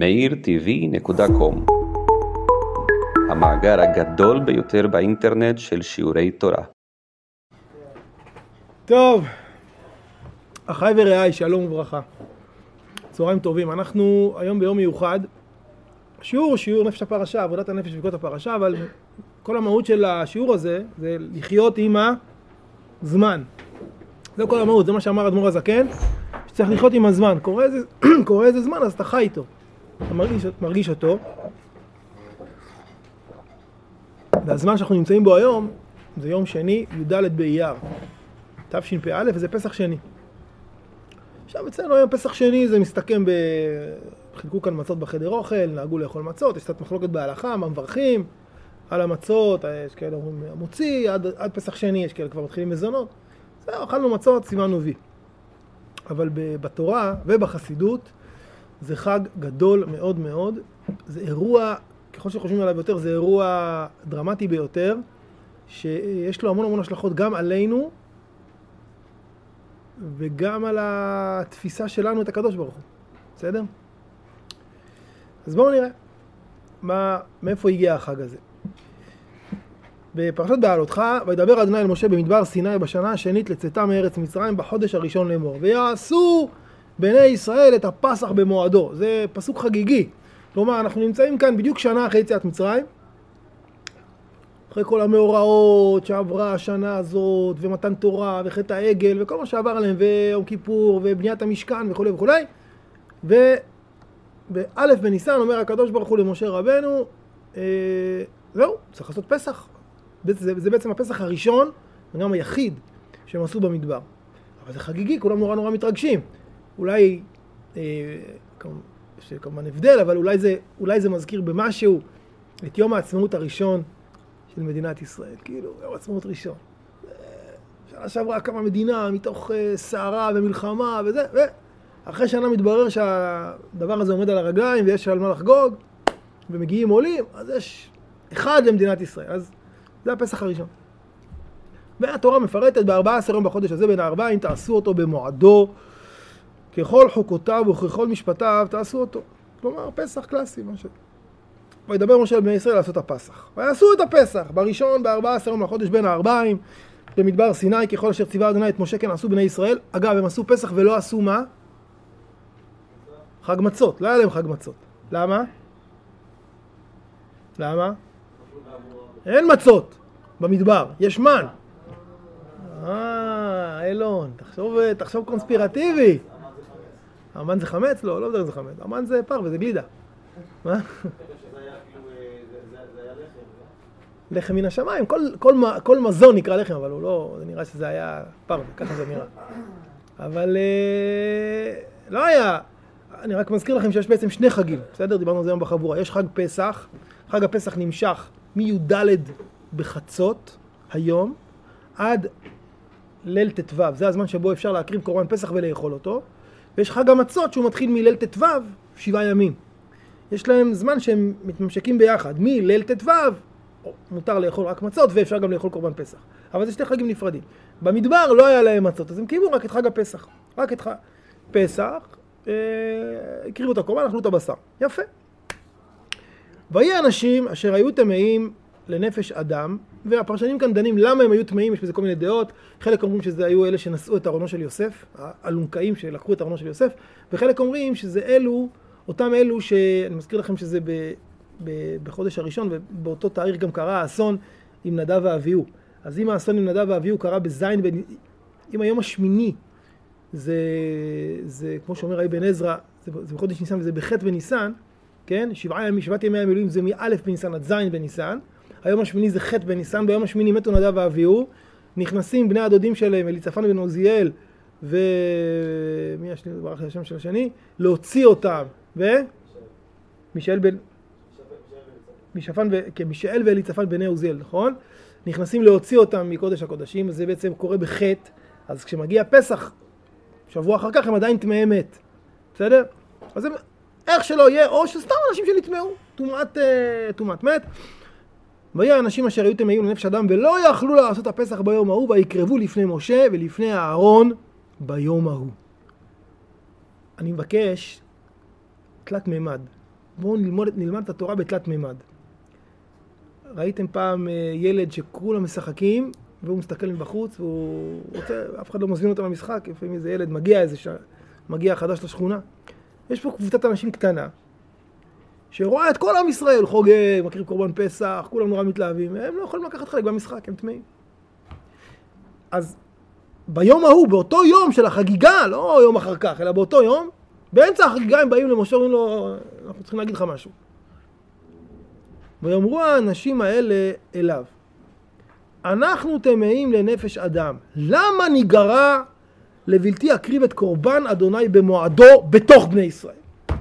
meirtv.com, המאגר הגדול ביותר באינטרנט של שיעורי תורה. טוב, אחיי ורעיי, שלום וברכה. צהריים טובים. אנחנו היום ביום מיוחד. שיעור נפש הפרשה, עבודת הנפש ובדיקות הפרשה, אבל כל המהות של השיעור הזה זה לחיות עם הזמן. זה כל המהות, זה מה שאמר אדמו"ר הזקן, שצריך לחיות עם הזמן. קורה איזה זמן, אז אתה חי איתו. אתה מרגיש אותו. והזמן שאנחנו נמצאים בו היום, זה יום שני, י"ד באייר, תשפ"א, וזה פסח שני. עכשיו אצלנו היום פסח שני זה מסתכם חילקו כאן מצות בחדר אוכל, נהגו לאכול מצות, יש קצת מחלוקת בהלכה, מה מברכים על המצות, יש כאלה אומרים המוציא, עד פסח שני יש כאלה כבר מתחילים מזונות. זהו, אכלנו מצות, סימנו וי. אבל בתורה ובחסידות זה חג גדול מאוד מאוד, זה אירוע, ככל שחושבים עליו יותר, זה אירוע דרמטי ביותר, שיש לו המון השלכות גם עלינו, וגם על התפיסה שלנו את הקדוש ברוך הוא. בסדר? אז בואו נראה מאיפה הגיע החג הזה. בפרשת בהעלותך, וידבר אדוני אל משה במדבר סיני בשנה השנית לצאתם מארץ מצרים בחודש הראשון לאמור. ויעשו בני ישראל את הפסח במועדו. זה פסוק חגיגי. כלומר, אנחנו נמצאים כאן בדיוק שנה אחרי יציאת מצרים. אחרי כל המאורעות שעברה השנה הזאת, ומתן תורה, וחטא העגל, וכל מה שעבר עליהם, ויום כיפור, ובניית המשכן, וכו' וכו'. ובאלף בניסן אומר הקדוש ברוך הוא למשה רבנו, זהו, צריך לעשות פסח. זה בעצם הפסח הראשון, וגם היחיד שהם עשו במדבר. אבל זה חגיגי, כולם נורא מתרגשים. אולי, יש כמובן הבדל, אבל אולי זה מזכיר במשהו את יום העצמאות הראשון של מדינת ישראל. כאילו, יום העצמאות ראשון. שנה שעברה קמה מדינה מתוך סערה ומלחמה וזה, ואחרי שנה מתברר שהדבר הזה עומד על הרגליים ויש על מה לחגוג, ומגיעים עולים, אז יש אחד למדינת ישראל. אז זה הפסח הראשון. והתורה מפרטת ב14 יום בחודש הזה בין הארבעים, תעשו אותו במועדו, ככל חוקותיו וככל משפטיו תעשו אותו. כלומר, פסח קלאסי, משהו. וידבר משה לבני ישראל לעשות הפסח. ויעשו את הפסח בראשון, ב14 יום לחודש בין הארבעים, במדבר סיני, ככל אשר ציווה אדוני את משה כן עשו בני ישראל. אגב, הם עשו פסח ולא עשו מה? חג מצות. לא היה להם חג מצות. למה? אין מצות במדבר, יש מן. אילון, תחשוב קונספירטיבי. המן זה חמץ? לא יודע אם זה חמץ. המן זה פר וזה גלידה. מה? לחם מן השמיים. כל מזון נקרא לחם, אבל הוא לא, זה נראה שזה היה פר, ככה זה נראה. אבל לא היה. אני רק מזכיר לכם שיש בעצם שני חגים. בסדר? דיברנו על זה היום בחבורה. יש חג פסח. חג הפסח נמשך מי"ד בחצות היום עד ליל ט"ו. זה הזמן שבו אפשר להקריב קורבן פסח ולאכול אותו. ויש חג המצות שהוא מתחיל מליל ט"ו, 7 ימים. יש להם זמן שהם מתממשקים ביחד. מליל ט"ו מותר לאכול רק מצות ואפשר גם לאכול קורבן פסח. אבל זה שני חגים נפרדים. במדבר לא היה להם מצות, אז הם קריבו רק את חג הפסח. רק את פסח, הקריבו את הקורבן, אכלו את הבשר. יפה. ויהי אנשים אשר היו טמאים לנפש אדם, והפרשנים כאן דנים למה הם היו טמאים, יש בזה כל מיני דעות. חלק אומרים שזה היו אלה שנשאו את ארונו של יוסף, האלונקאים שלקחו את ארונו של יוסף, וחלק אומרים שזה אותם אלו שאני מזכיר לכם שזה בחודש הראשון, ובאותו תאריך גם קרה האסון עם נדב ואביהו. אז אם האסון עם נדב ואביהו קרה בזין, אם היום השמיני, זה כמו שאומר רבי בן עזרא, זה בחודש ניסן וזה בח' בניסן, כן? 7 ימי המילואים זה מא' בניסן עד ז' בניסן. היום השמיני זה ח' בניסן, ביום השמיני מתו נדב ואביהו, נכנסים בני הדודים שלהם, אליצפן בן עוזיאל, ומי השני, ברח לי השם של השני, להוציא אותם, מישאל ואליצפן בני עוזיאל, נכון? נכנסים להוציא אותם מקודש הקודשים, אז זה בעצם קורה בחטא, אז כשמגיע פסח, שבוע אחר כך הם עדיין טמאי מת, בסדר? אז הם, איך שלא יהיה, או שסתם אנשים שנטמאו, טומאת מת. ויהי האנשים אשר היו טמאים לנפש אדם ולא יכלו לעשות הפסח ביום ההוא, ויקרבו לפני משה ולפני אהרון ביום ההוא. אני מבקש תלת מימד, בואו נלמד את התורה בתלת מימד. ראיתם פעם ילד שכולם משחקים, והוא מסתכל מבחוץ, והוא רוצה, אף אחד לא מזמין אותו למשחק, לפעמים איזה ילד מגיע חדש לשכונה. יש פה קבוצת אנשים קטנה, שרואה את כל עם ישראל, חוגג, מקריב קורבן פסח, כולם נורא מתלהבים, הם לא יכולים לקחת חלק במשחק, הם טמאים. אז ביום ההוא, באותו יום של החגיגה, לא יום אחר כך, אלא באותו יום, באמצע החגיגה הם באים למשה, אומרים לו, אנחנו צריכים להגיד לך משהו. ויאמרו האנשים האלה אליו, אנחנו טמאים לנפש אדם, למה ניגרע לבלתי אקריב את קורבן אדוני במועדו בתוך בני ישראל?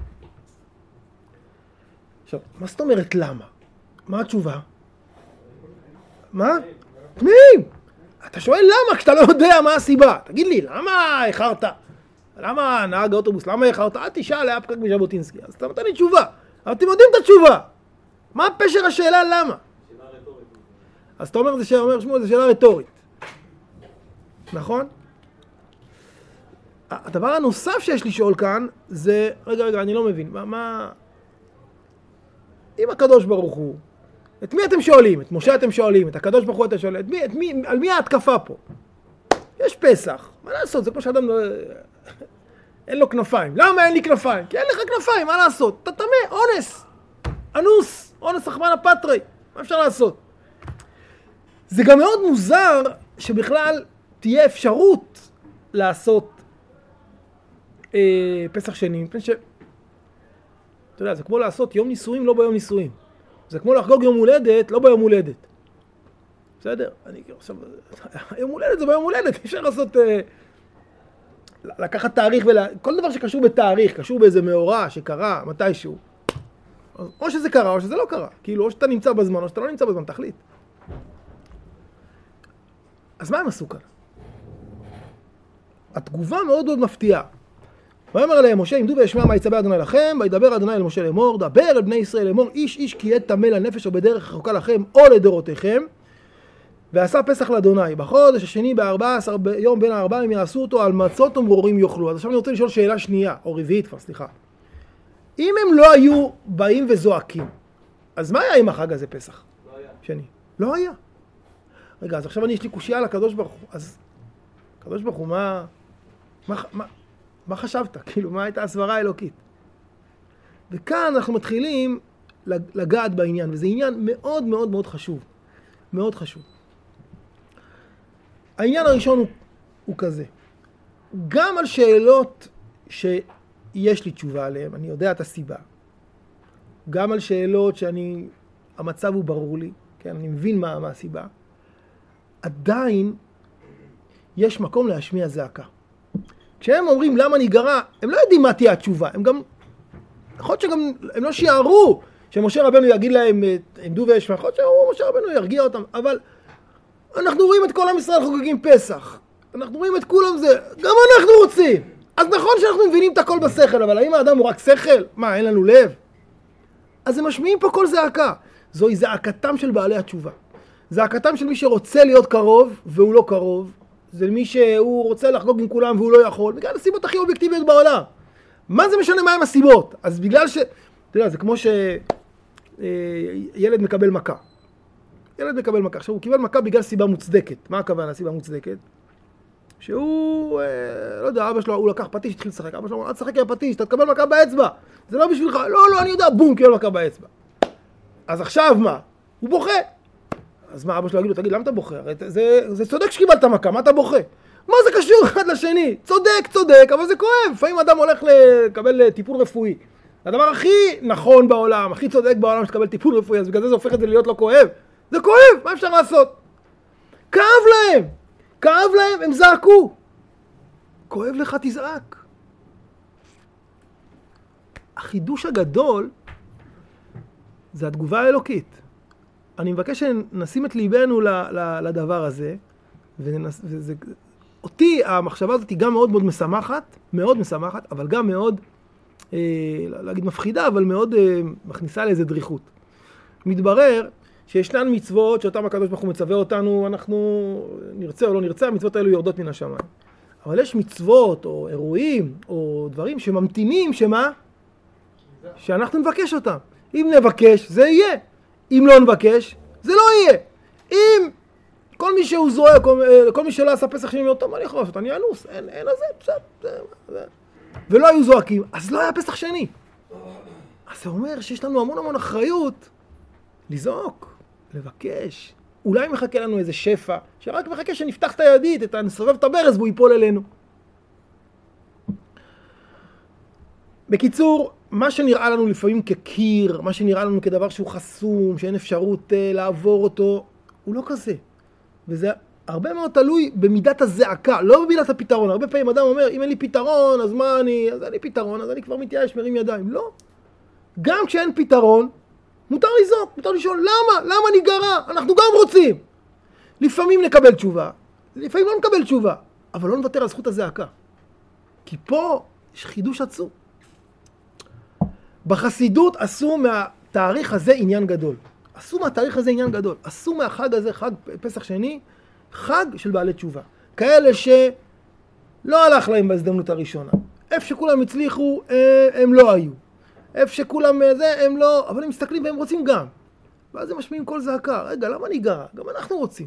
עכשיו, מה זאת אומרת למה? מה התשובה? מה? טמאים! אתה שואל למה כשאתה לא יודע מה הסיבה. תגיד לי, למה איחרת? למה נהג האוטובוס? למה איחרת? אל תשאל, היה פקק בז'בוטינסקי. אז אתה נותן לי תשובה. אבל אתם יודעים את התשובה. מה פשר השאלה למה? שאלה רטורית. אז אתה אומר שמואל, זה שאלה רטורית. נכון? הדבר הנוסף שיש לשאול כאן זה, רגע, אני לא מבין. מה... אם הקדוש ברוך הוא, את מי אתם שואלים? את משה אתם שואלים, את הקדוש ברוך הוא אתם שואלים, על מי ההתקפה פה? יש פסח, מה לעשות? זה כמו שאדם לא... אין לו כנפיים. למה אין לי כנפיים? כי אין לך כנפיים, מה לעשות? אתה טמא, אונס, אנוס, אונס רחמנא פטרי, מה אפשר לעשות? זה גם מאוד מוזר שבכלל תהיה אפשרות לעשות פסח שני, מפני ש... אתה יודע, זה כמו לעשות יום נישואים לא ביום נישואים. זה כמו לחגוג יום הולדת, לא ביום הולדת. בסדר? אני עכשיו... יום הולדת זה ביום הולדת, אפשר לעשות... לקחת תאריך כל דבר שקשור בתאריך, קשור באיזה מאורע שקרה, מתישהו. או שזה קרה או שזה לא קרה. כאילו, או שאתה נמצא בזמן או שאתה לא נמצא בזמן, תחליט. אז מה הם עשו כאן? התגובה מאוד מאוד מפתיעה. ואומר להם משה, עמדו וישמע מה יצווה אדוני לכם, וידבר אדוני אל משה לאמור, דבר אל בני ישראל לאמור, איש איש כי יהיה טמא לנפש או בדרך רחוקה לכם או לדורותיכם, ועשה פסח לאדוני. בחודש השני ב14 יום בין ה40 יעשו אותו, על מצות ומרורים יאכלו. אז עכשיו אני רוצה לשאול שאלה שנייה, או רביעית כבר, סליחה. אם הם לא היו באים וזועקים, אז מה היה עם החג הזה פסח? לא היה. שני. לא היה. רגע, אז עכשיו יש לי קושיה על הקדוש ברוך הוא. אז הקדוש ברוך הוא, מה חשבת? כאילו, מה הייתה הסברה האלוקית? וכאן אנחנו מתחילים לגעת בעניין, וזה עניין מאוד מאוד מאוד חשוב. מאוד חשוב. העניין הראשון הוא כזה. גם על שאלות שיש לי תשובה עליהן, אני יודע את הסיבה. גם על שאלות המצב הוא ברור לי, כן? אני מבין מה הסיבה. עדיין יש מקום להשמיע זעקה. כשהם אומרים למה ניגרע, הם לא יודעים מה תהיה התשובה. הם גם, יכול להיות שגם, הם לא שיערו שמשה רבנו יגיד להם, עמדו וישמע, יכול להיות שמשה רבנו ירגיע אותם, אבל אנחנו רואים את כל עם ישראל חוגגים פסח. אנחנו רואים את כולם זה, גם אנחנו רוצים. אז נכון שאנחנו מבינים את הכל בשכל, אבל האם האדם הוא רק שכל? מה, אין לנו לב? אז הם משמיעים פה כל זעקה. זוהי זעקתם של בעלי התשובה. זעקתם של מי שרוצה להיות קרוב והוא לא קרוב. זה מי שהוא רוצה לחגוג עם כולם והוא לא יכול. בגלל הסיבות הכי אובייקטיביות בעולם. מה זה משנה מה הם הסיבות? אז בגלל ש... אתה יודע, זה כמו שילד מקבל מכה. ילד מקבל מכה. עכשיו הוא קיבל מכה בגלל סיבה מוצדקת. מה הכוונה סיבה מוצדקת? שהוא, לא יודע, אבא שלו, הוא לקח פטיש, התחיל לשחק. אבא שלו, אל תשחק עם הפטיש, אתה תקבל מכה באצבע. זה לא בשבילך. לא, אני יודע, בום, קיבל מכה באצבע. אז עכשיו מה? הוא בוכה. אז מה, אבא שלו יגיד לו, תגיד, למה אתה בוכה? זה צודק שקיבלת מכה, מה אתה בוכה? מה זה קשור אחד לשני? צודק, אבל זה כואב. לפעמים אדם הולך לקבל טיפול רפואי. זה הדבר הכי נכון בעולם, הכי צודק בעולם שתקבל טיפול רפואי, אז בגלל זה הופך את זה להיות לא כואב. זה כואב, מה אפשר לעשות? כאב להם, הם זעקו. כואב לך, תזעק. החידוש הגדול זה התגובה האלוקית. אני מבקש שנשים את ליבנו לדבר הזה, אותי המחשבה הזאת היא גם מאוד מאוד משמחת, אבל גם מאוד, להגיד מפחידה, אבל מאוד מכניסה לאיזה דריכות. מתברר שישנן מצוות שאותם הקדוש ברוך הוא מצווה אותנו, אנחנו נרצה או לא נרצה, המצוות האלו יורדות מן השמיים. אבל יש מצוות או אירועים או דברים שממתינים, שמה? שאנחנו נבקש אותם. אם נבקש, זה יהיה. אם לא נבקש, זה לא יהיה. אם כל מי שהוא זורק, כל מי שלא עשה פסח שני מאותו, מה אני יכול לעשות? אני אנוס, אין לזה, בסדר. ולא היו זועקים, אז לא היה פסח שני. אז זה אומר שיש לנו המון אחריות לזעוק, לבקש. אולי מחכה לנו איזה שפע, שרק מחכה שנפתח את הידית, נסובב את הברז והוא ייפול אלינו. בקיצור, מה שנראה לנו לפעמים כקיר, מה שנראה לנו כדבר שהוא חסום, שאין אפשרות לעבור אותו, הוא לא כזה. וזה הרבה מאוד תלוי במידת הזעקה, לא במידת הפתרון. הרבה פעמים אדם אומר, אם אין לי פתרון, אז מה אני? אז אין לי פתרון, אז אני כבר מתייאש, מרים ידיים. לא. גם כשאין פתרון, מותר לזעוק, מותר לשאול, למה? למה ניגרע? אנחנו גם רוצים. לפעמים נקבל תשובה, לפעמים לא נקבל תשובה, אבל לא נוותר על זכות הזעקה. כי פה יש חידוש עצום. בחסידות עשו מהתאריך הזה עניין גדול. עשו מהחג הזה, חג פסח שני, חג של בעלי תשובה. כאלה שלא הלך להם בהזדמנות הראשונה. איפה שכולם הצליחו, הם לא היו. איפה שכולם זה, הם לא, אבל הם מסתכלים והם רוצים גם. ואז הם משמיעים כל זעקה. רגע, למה ניגרע? גם אנחנו רוצים.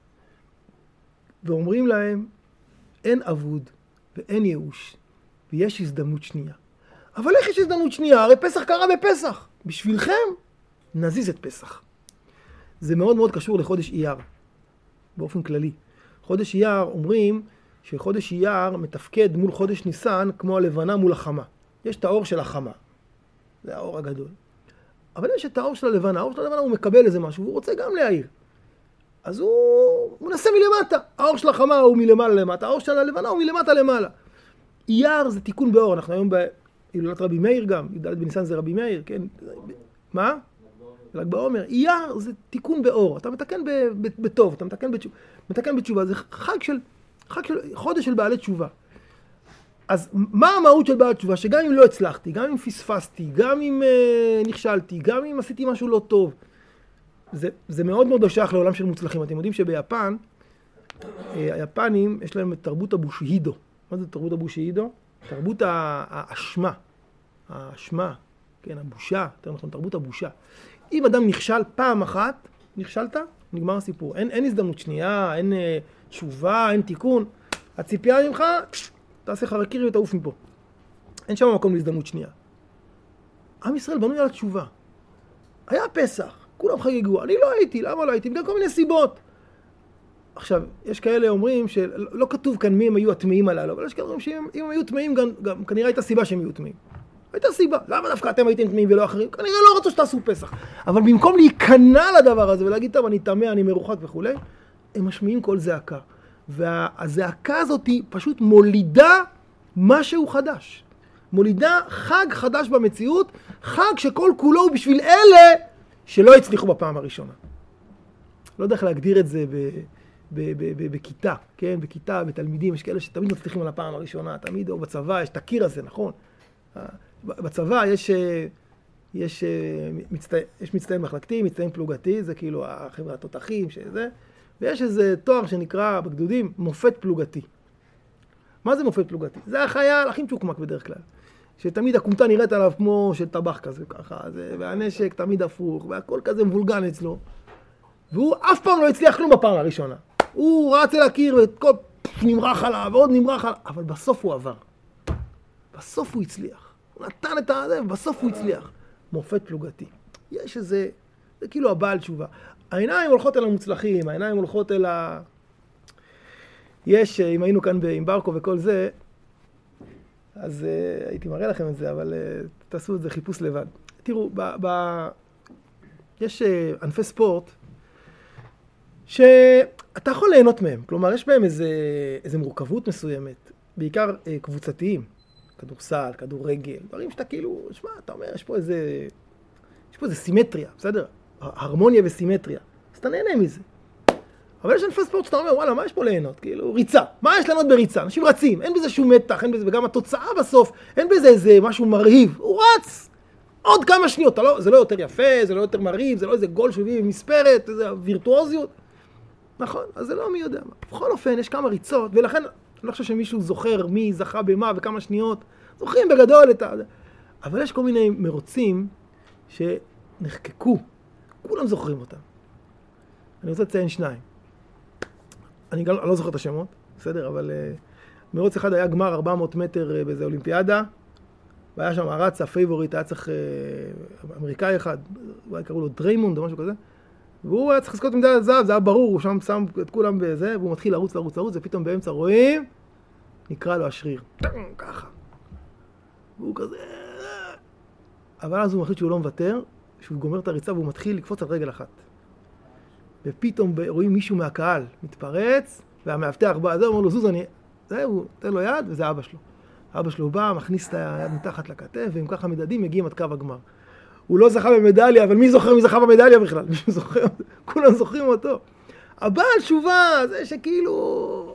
ואומרים להם, אין אבוד ואין ייאוש, ויש הזדמנות שנייה. אבל איך יש הזדמנות שנייה? הרי פסח קרה בפסח. בשבילכם, נזיז את פסח. זה מאוד מאוד קשור לחודש אייר, באופן כללי. חודש אייר אומרים שחודש אייר מתפקד מול חודש ניסן כמו הלבנה מול החמה. יש את האור של החמה, זה האור הגדול. אבל יש את האור של הלבנה, האור של הלבנה הוא מקבל איזה משהו, הוא רוצה גם להאיר. אז הוא מנסה מלמטה. האור של החמה הוא מלמעלה למטה, האור של הלבנה הוא מלמטה למעלה. אייר זה תיקון באור, אנחנו היום בהילולת רבי מאיר גם, י"ד בניסן זה רבי מאיר, כן? מה? ל"ג בעומר. אייר זה תיקון באור, אתה מתקן בטוב, אתה מתקן בתשובה, זה חודש של בעלי תשובה. אז מה המהות של בעל תשובה? שגם אם לא הצלחתי, גם אם פספסתי, גם אם נכשלתי, גם אם עשיתי משהו לא טוב, זה מאוד מאוד שייך לעולם של מוצלחים. אתם יודעים שביפן, היפנים יש להם את תרבות הבושיהידו. מה זה תרבות הבושיהידו? תרבות האשמה. האשמה, כן, הבושה, יותר נכון, תרבות הבושה. אם אדם נכשל פעם אחת, נכשלת, נגמר הסיפור. אין הזדמנות שנייה, אין תשובה, אין תיקון. הציפייה ממך, תעשה חרקירי ותעוף מפה. אין שם מקום להזדמנות שנייה. עם ישראל בנוי על התשובה. היה פסח, כולם חגגו, אני לא הייתי, למה לא הייתי? בגלל כל מיני סיבות. עכשיו, יש כאלה אומרים שלא כתוב כאן מי הם היו הטמאים הללו, אבל יש כאלה אומרים שאם הם היו טמאים, גם כנראה הייתה סיבה שהם היו טמאים. הייתה סיבה. למה דווקא אתם הייתם טמאים ולא אחרים? כנראה לא רצו שתעשו פסח. אבל במקום להיכנע לדבר הזה ולהגיד, טוב, אני טמא, אני מרוחק וכו', הם משמיעים כל זעקה. והזעקה הזאת היא פשוט מולידה משהו חדש. מולידה חג חדש במציאות, חג שכל כולו הוא בשביל אלה שלא הצליחו בפעם הראשונה. לא יודע איך להגדיר את זה בכיתה, כן? בכיתה, בתלמידים, יש כאלה שתמיד מצליחים על הפעם הראשונה, תמיד, או בצבא, יש את הקיר הזה, נכון? בצבא יש מצטיין מחלקתי, מצטיין פלוגתי, זה כאילו החברה התותחים, שזה, ויש איזה תואר שנקרא בגדודים מופת פלוגתי. מה זה מופת פלוגתי? זה החייל הכי מצ'וקמק בדרך כלל. שתמיד הקומטה נראית עליו כמו של טבח כזה, ככה, והנשק תמיד הפוך, והכל כזה מבולגן אצלו. והוא אף פעם לא הצליח כלום בפעם הראשונה. הוא רץ אל הקיר וכל נמרח עליו ועוד נמרח עליו, אבל בסוף הוא עבר. בסוף הוא הצליח. הוא נתן את הזה ובסוף הוא הצליח. מופת פלוגתי. יש איזה, זה כאילו הבעל תשובה. העיניים הולכות אל המוצלחים, העיניים הולכות אל יש, אם היינו כאן עם ברקו וכל זה, אז הייתי מראה לכם את זה, אבל תעשו את זה חיפוש לבד. תראו, יש ענפי ספורט שאתה יכול ליהנות מהם. כלומר, יש בהם איזה מורכבות מסוימת, בעיקר קבוצתיים. כדורסל, כדורגל, דברים שאתה כאילו, שמע, אתה אומר, יש פה איזה סימטריה, בסדר? הרמוניה וסימטריה. אז אתה נהנה מזה. אבל יש ענפי ספורט שאתה אומר, וואלה, מה יש פה ליהנות? כאילו, ריצה. מה יש ליהנות בריצה? אנשים רצים, אין בזה שום מתח, אין בזה, וגם התוצאה בסוף, אין בזה איזה משהו מרהיב. הוא רץ! עוד כמה שניות, זה לא יותר יפה, זה לא יותר מרהיב, זה לא איזה גול שובי מספרת, איזה וירטואוזיות. נכון, אז זה לא מי יודע מה. בכל אופן, יש כמה ריצות, ולכן אני לא חושב שמישהו זוכר מי זכה במה וכמה שניות. זוכרים בגדול את ה... אבל יש כל מיני מרוצים שנחקקו, כולם זוכרים אותם. אני רוצה לציין שניים. אני לא זוכר את השמות, בסדר, אבל מרוץ אחד היה גמר 400 מטר באיזה אולימפיאדה, והיה שם הרץ הפייבוריט, היה צריך אמריקאי אחד, אולי קראו לו דריימונד או משהו כזה, והוא היה צריך לזכות במדליית זהב, זה היה ברור, הוא שם שם את כולם בזה, והוא מתחיל לרוץ, ופתאום באמצע רואים, נקרא לו השריר, ככה. והוא כזה... אבל אז הוא מחליט שהוא לא מוותר, שהוא גומר את הריצה והוא מתחיל לקפוץ על רגל אחת. ופתאום רואים מישהו מהקהל מתפרץ, והמאבטח בא, זה אומר לו, זוז, הוא נותן לו יד, וזה אבא שלו. אבא שלו בא, מכניס את היד מתחת לכתף, ועם ככה מדדים מגיעים עד קו הגמר. הוא לא זכה במדליה, אבל מי זוכר מי זכה במדליה בכלל? מישהו זוכר? כולם זוכרים אותו. הבעל תשובה, זה שכאילו...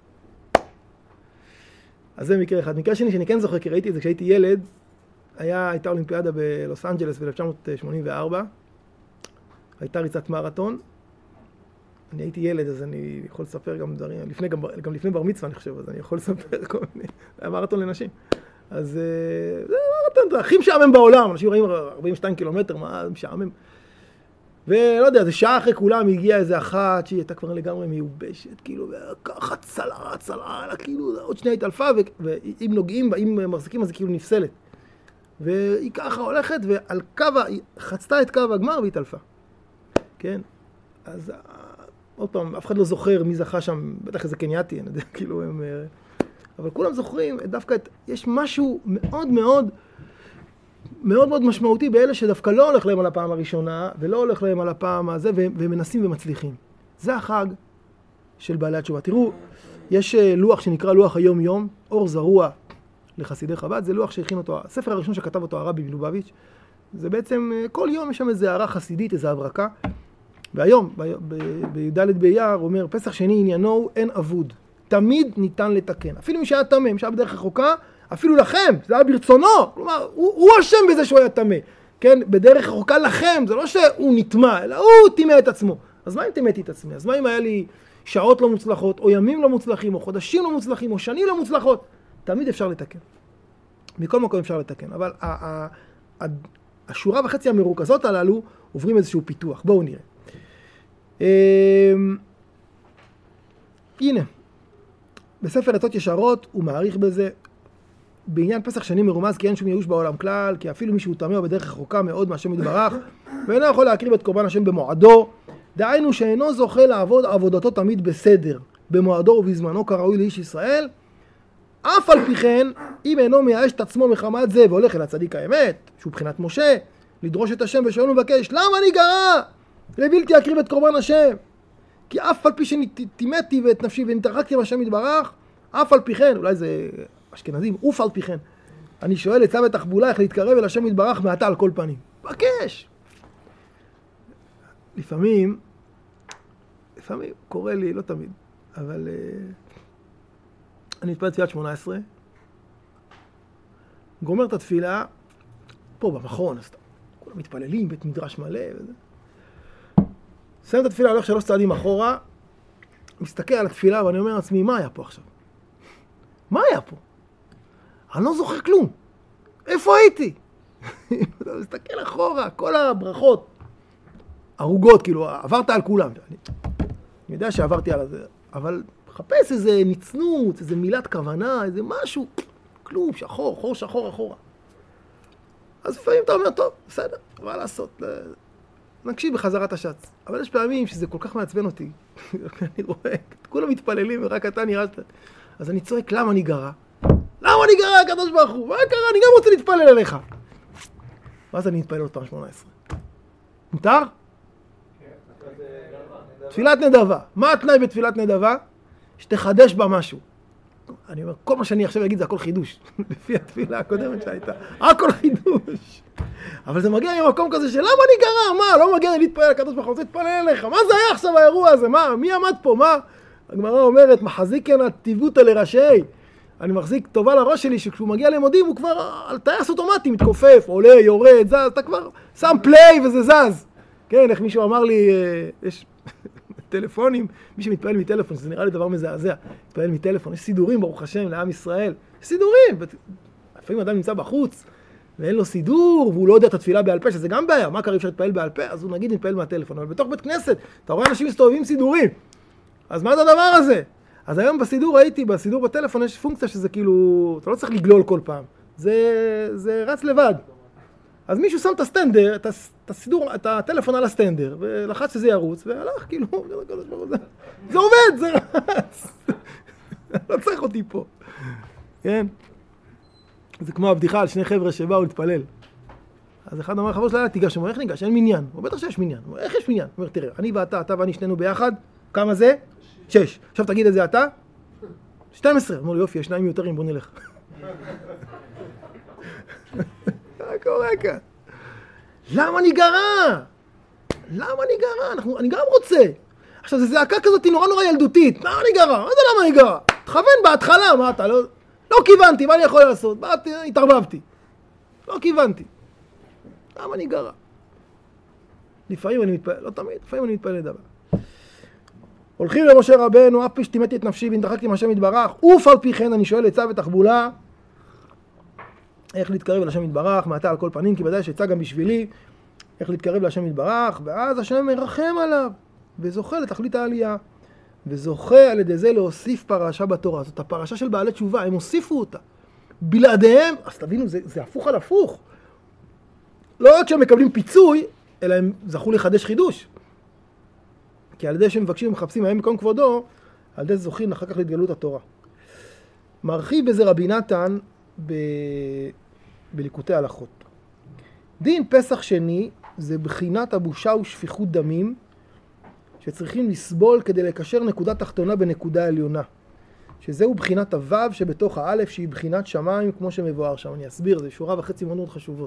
אז זה מקרה אחד. מקרה שני שאני כן זוכר, כי ראיתי את זה כשהייתי ילד, הייתה אולימפיאדה בלוס אנג'לס ב-1984, הייתה ריצת מרתון. אני הייתי ילד, אז אני יכול לספר גם דברים, גם לפני בר מצווה אני חושב, אז אני יכול לספר כל מיני, היה מרתון לנשים. אז זה מרתון, הכי משעמם בעולם, אנשים רואים 42 קילומטר, מה משעמם. ולא יודע, זה שעה אחרי כולם הגיעה איזה אחת שהיא הייתה כבר לגמרי מיובשת, כאילו, וככה צלעה, כאילו, עוד שנייה התעלפה, ואם נוגעים בה, אם מחזיקים, אז היא כאילו נפסלת. והיא ככה הולכת, ועל קו, היא חצתה את קו הגמר והיא התעלפה. כן? אז עוד פעם, אף אחד לא זוכר מי זכה שם, בטח איזה קנייתי, אני יודע, כאילו הם... אבל כולם זוכרים, דווקא יש משהו מאוד מאוד, מאוד מאוד משמעותי באלה שדווקא לא הולך להם על הפעם הראשונה, ולא הולך להם על הפעם הזה, והם מנסים ומצליחים. זה החג של בעלי התשובה. תראו, יש לוח שנקרא לוח היום-יום, אור זרוע לחסידי חב"ד, זה לוח שהכין אותו, הספר הראשון שכתב אותו הרבי מלובביץ', זה בעצם, כל יום יש שם איזו הערה חסידית, איזו הברקה, והיום, בי"ד באייר, הוא אומר, פסח שני עניינו אין אבוד. תמיד ניתן לתקן. אפילו מי שהיה תמה, מי שהיה בדרך רחוקה, אפילו לכם, זה היה ברצונו. כלומר, הוא אשם בזה שהוא היה תמה. כן, בדרך רחוקה לכם, זה לא שהוא נטמע, אלא הוא טימא את עצמו. אז מה אם טימאתי את עצמי? אז מה אם היה לי שעות לא מוצלחות, או ימים לא מוצלחים, או חודשים לא מוצלחים, או שנים לא מוצלחות? תמיד אפשר לתקן. מכל מקום אפשר לתקן. אבל השורה וחצי המרוכזות הללו עוברים איזשהו פיתוח. בואו נראה. הנה, בספר עצות ישרות הוא מעריך בזה, בעניין פסח שני מרומז כי אין שום ייאוש בעולם כלל, כי אפילו מישהו תמה בדרך רחוקה מאוד מהשם יתברך, ואינו יכול להקריב את קורבן השם במועדו, דהיינו שאינו זוכה לעבוד עבודתו תמיד בסדר, במועדו ובזמנו כראוי לאיש ישראל, אף על פי כן, אם אינו מייאש את עצמו מחמת זה והולך אל הצדיק האמת, שהוא בחינת משה, לדרוש את השם ושאול ומבקש, למה אני גרע? לבלתי אקריב את קורבן השם. כי אף על פי שטימאתי ואת נפשי ונתרחקתי מהשם יתברך, אף על פי כן, אולי זה אשכנזים, אוף על פי כן. אני שואל עצה ותחבולה איך להתקרב אל השם יתברך מעתה על כל פנים. בקש. לפעמים קורה לי, לא תמיד, אבל אני מתפלל תפילת 18, גומר את התפילה, פה במכון, אז כולם מתפללים, בית מדרש מלא וזה. סיים את התפילה, הולך 3 צעדים אחורה, מסתכל על התפילה ואני אומר לעצמי, מה היה פה עכשיו? מה היה פה? אני לא זוכר כלום. איפה הייתי? מסתכל אחורה, כל הברכות, הרוגות, כאילו, עברת על כולם. אני יודע שעברתי על זה, אבל מחפש איזה נצנות, איזה מילת כוונה, איזה משהו, כלום, שחור, חור שחור אחורה. אז לפעמים אתה אומר, טוב, בסדר, מה לעשות? נקשיב בחזרת השץ. אבל יש פעמים שזה כל כך מעצבן אותי. אני רואה, כולם מתפללים ורק אתה נראה שאתה... אז אני צועק, למה אני גרה? למה אני גרה, הקדוש ברוך הוא? מה קרה? אני גם רוצה להתפלל אליך. ואז אני מתפלל עוד פעם 18. מותר? תפילת נדבה. מה התנאי בתפילת נדבה? שתחדש בה משהו. אני אומר, כל מה שאני עכשיו אגיד זה הכל חידוש. לפי התפילה הקודמת שהייתה. הכל חידוש. אבל זה מגיע ממקום כזה של למה אני גרה? מה? לא מגיע לי להתפלל לקדוש ברוך הוא, רוצה להתפלל אליך. מה זה היה עכשיו האירוע הזה? מה? מי עמד פה? מה? הגמרא אומרת, מחזיקן הטיבותא לראשי. אני מחזיק טובה לראש שלי שכשהוא מגיע לימודים הוא כבר על טייס אוטומטי, מתכופף, עולה, יורד, זז, אתה כבר שם פליי וזה זז. כן, איך מישהו אמר לי, יש טלפונים, מי שמתפעל מטלפון, זה נראה לי דבר מזעזע, מתפעל מטלפון, יש סידורים ברוך השם לעם ישראל, יש סידורים, לפעמים אדם נמצא בחוץ, ואין לו סידור, והוא לא יודע את התפילה בעל פה, שזה גם בעיה, מה קרה אפשר להתפעל בעל פה? אז הוא נגיד מתפעל מהטלפון, אבל בתוך בית כנסת, אתה רואה אנשים מסתובבים סידורים, אז מה זה הדבר הזה? אז היום בסידור ראיתי, בסידור בטלפון יש פונקציה שזה כאילו, אתה לא צריך לגלול כל פעם, זה רץ לבד. אז מישהו שם את הסטנדר, את הסידור, את הטלפון על הסטנדר, ולחץ שזה ירוץ, והלך כאילו, זה עובד, זה רץ. לא צריך אותי פה. כן? זה כמו הבדיחה על שני חבר'ה שבאו להתפלל. אז אחד אמר לחבר שלה, תיגש, הוא אומר, איך ניגש? אין מניין. הוא בטח שיש מניין. הוא אומר, איך יש מניין? הוא אומר, תראה, אני ואתה, אתה ואני שנינו ביחד, כמה זה? 6. עכשיו תגיד את זה אתה? 12. הוא אומר, יופי, יש 2 מיותרים, בוא נלך. מה קורה כאן? למה אני גרה? למה אני גרה? אני גם רוצה. עכשיו, זו זעקה כזאת נורא ילדותית. למה אני גרה? מה זה למה אני גרה? תכוון בהתחלה, מה אתה? לא כיוונתי, מה אני יכול לעשות? התערבבתי. לא כיוונתי. למה אני גרה? לפעמים אני מתפעל, לא תמיד, לפעמים אני מתפעל לדבר. הולכים למשה רבנו, אף פי שטימאתי את נפשי והנדחקתי עם השם יתברך, אוף על פי כן אני שואל עצה ותחבולה, איך להתקרב לשם יתברך, מעתה על כל פנים, כי ודאי שעצה גם בשבילי, איך להתקרב לשם יתברך, ואז השם מרחם עליו, וזוכה לתכלית העלייה, וזוכה על ידי זה להוסיף פרשה בתורה. זאת הפרשה של בעלי תשובה, הם הוסיפו אותה. בלעדיהם, אז תבינו, זה הפוך על הפוך. לא רק שהם מקבלים פיצוי, אלא הם זכו לחדש חידוש. כי על ידי שהם מבקשים ומחפשים מהם מקום כבודו, על ידי זה זוכים אחר כך להתגלות התורה. מרחיב בזה רבי נתן בליקוטי הלכות. דין פסח שני זה בחינת הבושה ושפיכות דמים, שצריכים לסבול כדי לקשר נקודה תחתונה בנקודה עליונה. שזהו בחינת הוו שבתוך האלף, שהיא בחינת שמיים, כמו שמבואר שם. אני אסביר, זה שורה וחצי מאוד חשובות.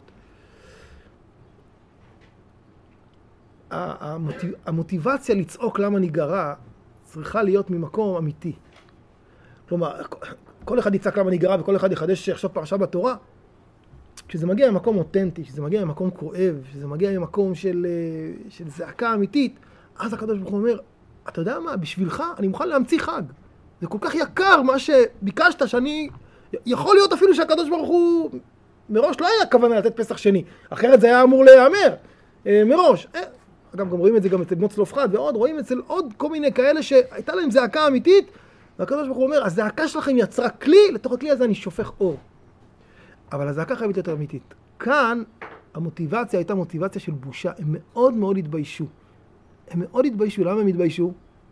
המוטיבציה לצעוק למה אני גרה, צריכה להיות ממקום אמיתי. כלומר, כל אחד יצעק למה אני גרה, וכל אחד יחדש עכשיו פרשה בתורה. כשזה מגיע ממקום אותנטי, כשזה מגיע ממקום כואב, כשזה מגיע ממקום של זעקה אמיתית, אז הקדוש ברוך הוא אומר, אתה יודע מה, בשבילך אני מוכן להמציא חג. זה כל כך יקר מה שביקשת, שאני יכול להיות אפילו שהקדוש ברוך הוא מראש לא היה כוונה לתת פסח שני, אחרת זה היה אמור להיאמר מראש. אגב, גם רואים את זה גם אצל בנות צלופחד ועוד, רואים אצל עוד כל מיני כאלה שהייתה להם זעקה אמיתית, והקדוש ברוך הוא אומר, הזעקה שלכם יצרה כלי, לתוך הכלי הזה אני שופך אור. אבל הזעקה חייבת להיות אמיתית. כאן המוטיבציה הייתה מוטיבציה של בושה, הם מאוד מאוד התביישו. הם מאוד התביישו. למה הם התביישו?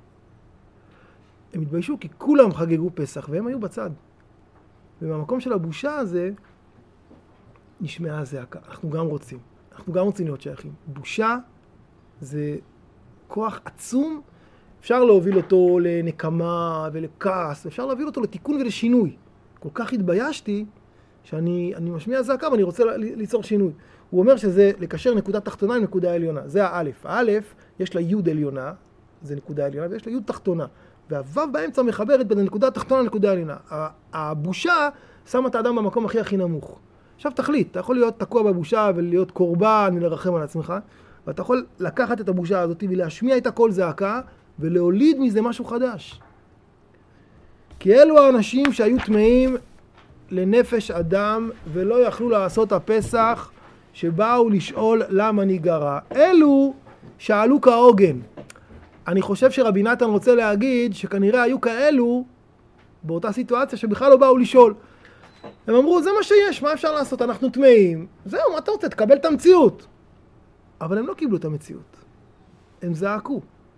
הם התביישו כי כולם חגגו פסח והם היו בצד. ובמקום של הבושה הזה נשמעה הזעקה. אנחנו גם רוצים להיות שייכים. בושה זה כוח עצום, אפשר להוביל אותו לנקמה ולכעס, אפשר להוביל אותו לתיקון ולשינוי. כל כך התביישתי שאני משמיע זעקה ואני רוצה ליצור שינוי. הוא אומר שזה לקשר נקודה תחתונה עם נקודה עליונה. זה האלף. האלף יש לה יוד עליונה, זה נקודה עליונה, ויש לה יוד תחתונה. והוו באמצע מחברת בין הנקודה התחתונה לנקודה העליונה. הבושה שמה את האדם במקום הכי נמוך. עכשיו תחליט, אתה יכול להיות תקוע בבושה ולהיות קורבן ולרחם על עצמך, ואתה יכול לקחת את הבושה הזאת ולהשמיע את הכל זעקה ולהוליד מזה משהו חדש. כי אלו האנשים שהיו טמאים לנפש אדם ולא יכלו לעשות הפסח, שבאו לשאול למה אני גרה. אלו שאלו כהוגן. אני חושב שרבי נתן רוצה להגיד שכנראה היו כאלו באותה סיטואציה שבכלל לא באו לשאול. הם אמרו, זה מה שיש, מה אפשר לעשות? אנחנו טמאים. זהו, מה אתה רוצה? תקבל את המציאות. אבל הם לא קיבלו את המציאות. הם זעקו.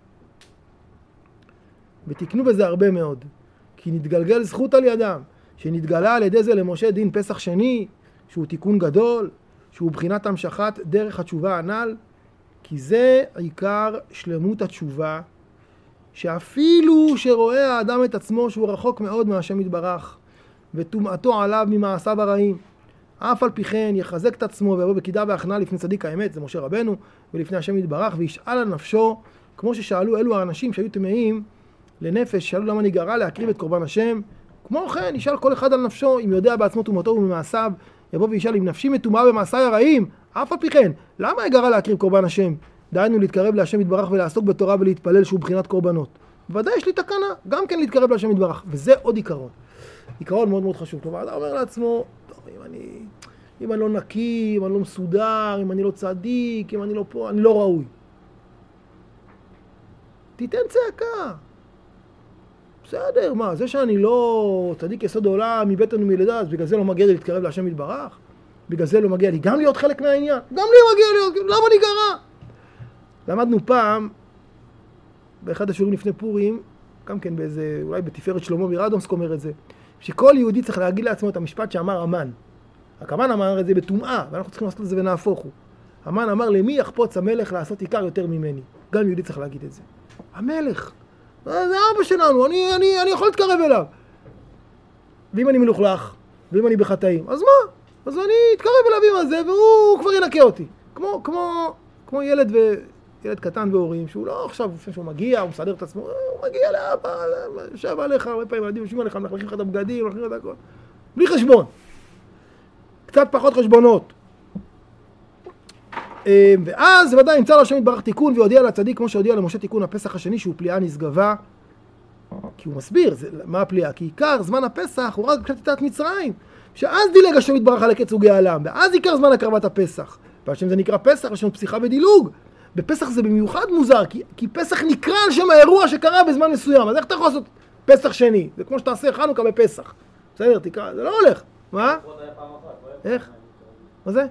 ותקנו בזה הרבה מאוד. כי נתגלגל זכות על ידם. שנתגלה על ידי זה למשה דין פסח שני, שהוא תיקון גדול, שהוא בחינת המשכת דרך התשובה הנ"ל, כי זה עיקר שלמות התשובה, שאפילו שרואה האדם את עצמו שהוא רחוק מאוד מהשם יתברך, וטומאתו עליו ממעשיו הרעים, אף על פי כן יחזק את עצמו ויבוא בקידה והכנעה לפני צדיק האמת, זה משה רבנו, ולפני השם יתברך, וישאל על נפשו, כמו ששאלו אלו האנשים שהיו טמאים לנפש, שאלו למה נגרע להקריב את קורבן השם, כמו כן ישאל כל אחד על נפשו, אם יודע בעצמו טומאתו וממעשיו, יבוא וישאל אם נפשי מטומאה במעשיי הרעים, אף על פי כן, למה הגרע להקריב קורבן השם? דהיינו להתקרב להשם יתברך ולעסוק בתורה ולהתפלל שהוא בחינת קורבנות. ודאי יש לי תקנה, גם כן להתקרב להשם יתברך, וזה עוד עיקרון. עיקרון מאוד מאוד חשוב. כלומר, אתה אומר לעצמו, טוב, אם אני אם אני לא נקי, אם אני לא מסודר, אם אני לא צדיק, אם אני לא פה, אני לא ראוי. תיתן צעקה. בסדר, מה, זה שאני לא צדיק יסוד העולם מבטן ומלידה, אז בגלל זה לא מגיע לי להתקרב להשם יתברך? בגלל זה לא מגיע לי גם להיות חלק מהעניין? גם לי מגיע להיות, למה אני גרה? למדנו פעם, באחד השיעורים לפני פורים, גם כן באיזה, אולי בתפארת שלמה מרדומסק אומר את זה, שכל יהודי צריך להגיד לעצמו את המשפט שאמר המן. המן אמר את זה בטומאה, ואנחנו צריכים לעשות את זה ונהפוך הוא. המן אמר, למי יחפוץ המלך לעשות עיקר יותר ממני? גם יהודי צריך להגיד את זה. המלך, זה אבא שלנו, אני יכול להתקרב אליו. ואם אני מלוכלך, ואם אני בחטאים, אז מה? אז אני אתקרב אליו עם הזה, והוא כבר ינקה אותי. כמו ילד קטן והורים, שהוא לא עכשיו, לפני שהוא מגיע, הוא מסדר את עצמו, הוא מגיע לאבא, יושב עליך, הרבה פעמים ילדים יושבים עליך, מלכלכים לך את הבגדים, מלכלכים לך את הכל. בלי חשבון. קצת פחות חשבונות. ואז ודאי נמצא להשם יתברך תיקון והודיע לצדיק כמו שהודיע למשה תיקון הפסח השני שהוא פליאה נשגבה. כי הוא מסביר מה הפליאה, כי עיקר זמן הפסח הוא רק יציאת מצרים, שאז דילג השם יתברך על הקץ וגיא העולם, ואז עיקר זמן הקרבת הפסח. והשם זה נקרא פסח, השם פסיחה ודילוג. בפסח זה במיוחד מוזר, כי פסח נקרא על שם האירוע שקרה בזמן מסוים. אז איך אתה יכול לעשות פסח שני? זה כמו שתעשה חנוכה בפסח. בסדר, תקרא, זה לא הולך. מה? איך? מה זה?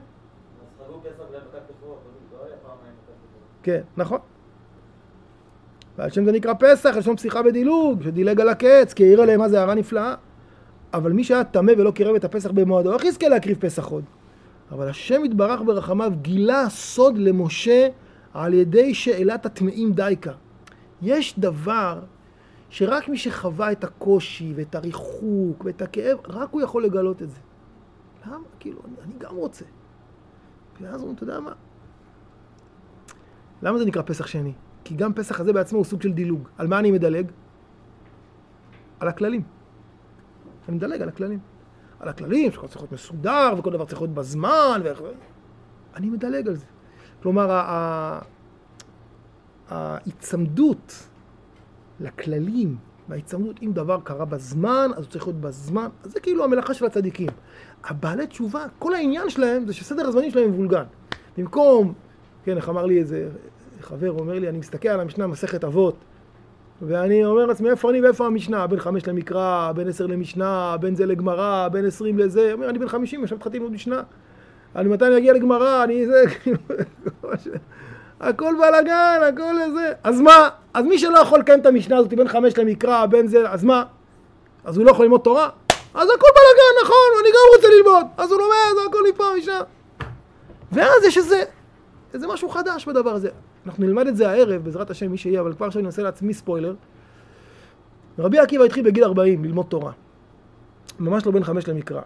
כן, נכון. ועל שם זה נקרא פסח, על שם פסיחה ודילוג, שדילג על הקץ, כי העיר עליהם מה זה הערה נפלאה. אבל מי שהיה תמה ולא קירב את הפסח במועדו, איך יזכה להקריב פסח עוד? אבל השם יתברך ברחמיו גילה סוד למשה על ידי שאלת הטמאים דייקה. יש דבר שרק מי שחווה את הקושי ואת הריחוק ואת הכאב, רק הוא יכול לגלות את זה. למה? כאילו, אני גם רוצה. ואז הוא, אתה יודע מה? למה זה נקרא פסח שני? כי גם פסח הזה בעצמו הוא סוג של דילוג. על מה אני מדלג? על הכללים. אני מדלג על הכללים. על הכללים, שכל צריך להיות מסודר, וכל דבר צריך להיות בזמן, אני מדלג על זה. כלומר, ההצמדות לכללים, וההצמדות אם דבר קרה בזמן, אז הוא צריך להיות בזמן, אז זה כאילו המלאכה של הצדיקים. הבעלי תשובה, כל העניין שלהם זה שסדר הזמנים שלהם מבולגן. במקום, כן, איך אמר לי איזה חבר, הוא אומר לי, אני מסתכל על המשנה מסכת אבות, ואני אומר לעצמי, איפה אני ואיפה המשנה? בין 5 למקרא, בין 10 למשנה, בין זה לגמרא, בין 20 לזה. אומר, אני בן 50, עכשיו התחלתי ללמוד משנה. אני מתי אני אגיע לגמרא, אני זה, כאילו, הכל בלגן, הכל זה. אז מה? אז מי שלא יכול לקיים את המשנה הזאת, בין 5 למקרא, בין זה, אז מה? אז הוא לא יכול ללמוד תורה? אז הכל בלגן, נכון, אני גם רוצה ללמוד. אז הוא לומד, אז הכל נפה משנה. ואז יש איזה משהו חדש בדבר הזה. אנחנו נלמד את זה הערב, בעזרת השם מי שיהיה, אבל כבר עכשיו אני אנסה לעצמי ספוילר. רבי עקיבא התחיל בגיל 40 ללמוד תורה. ממש לא בין 5 למקרא.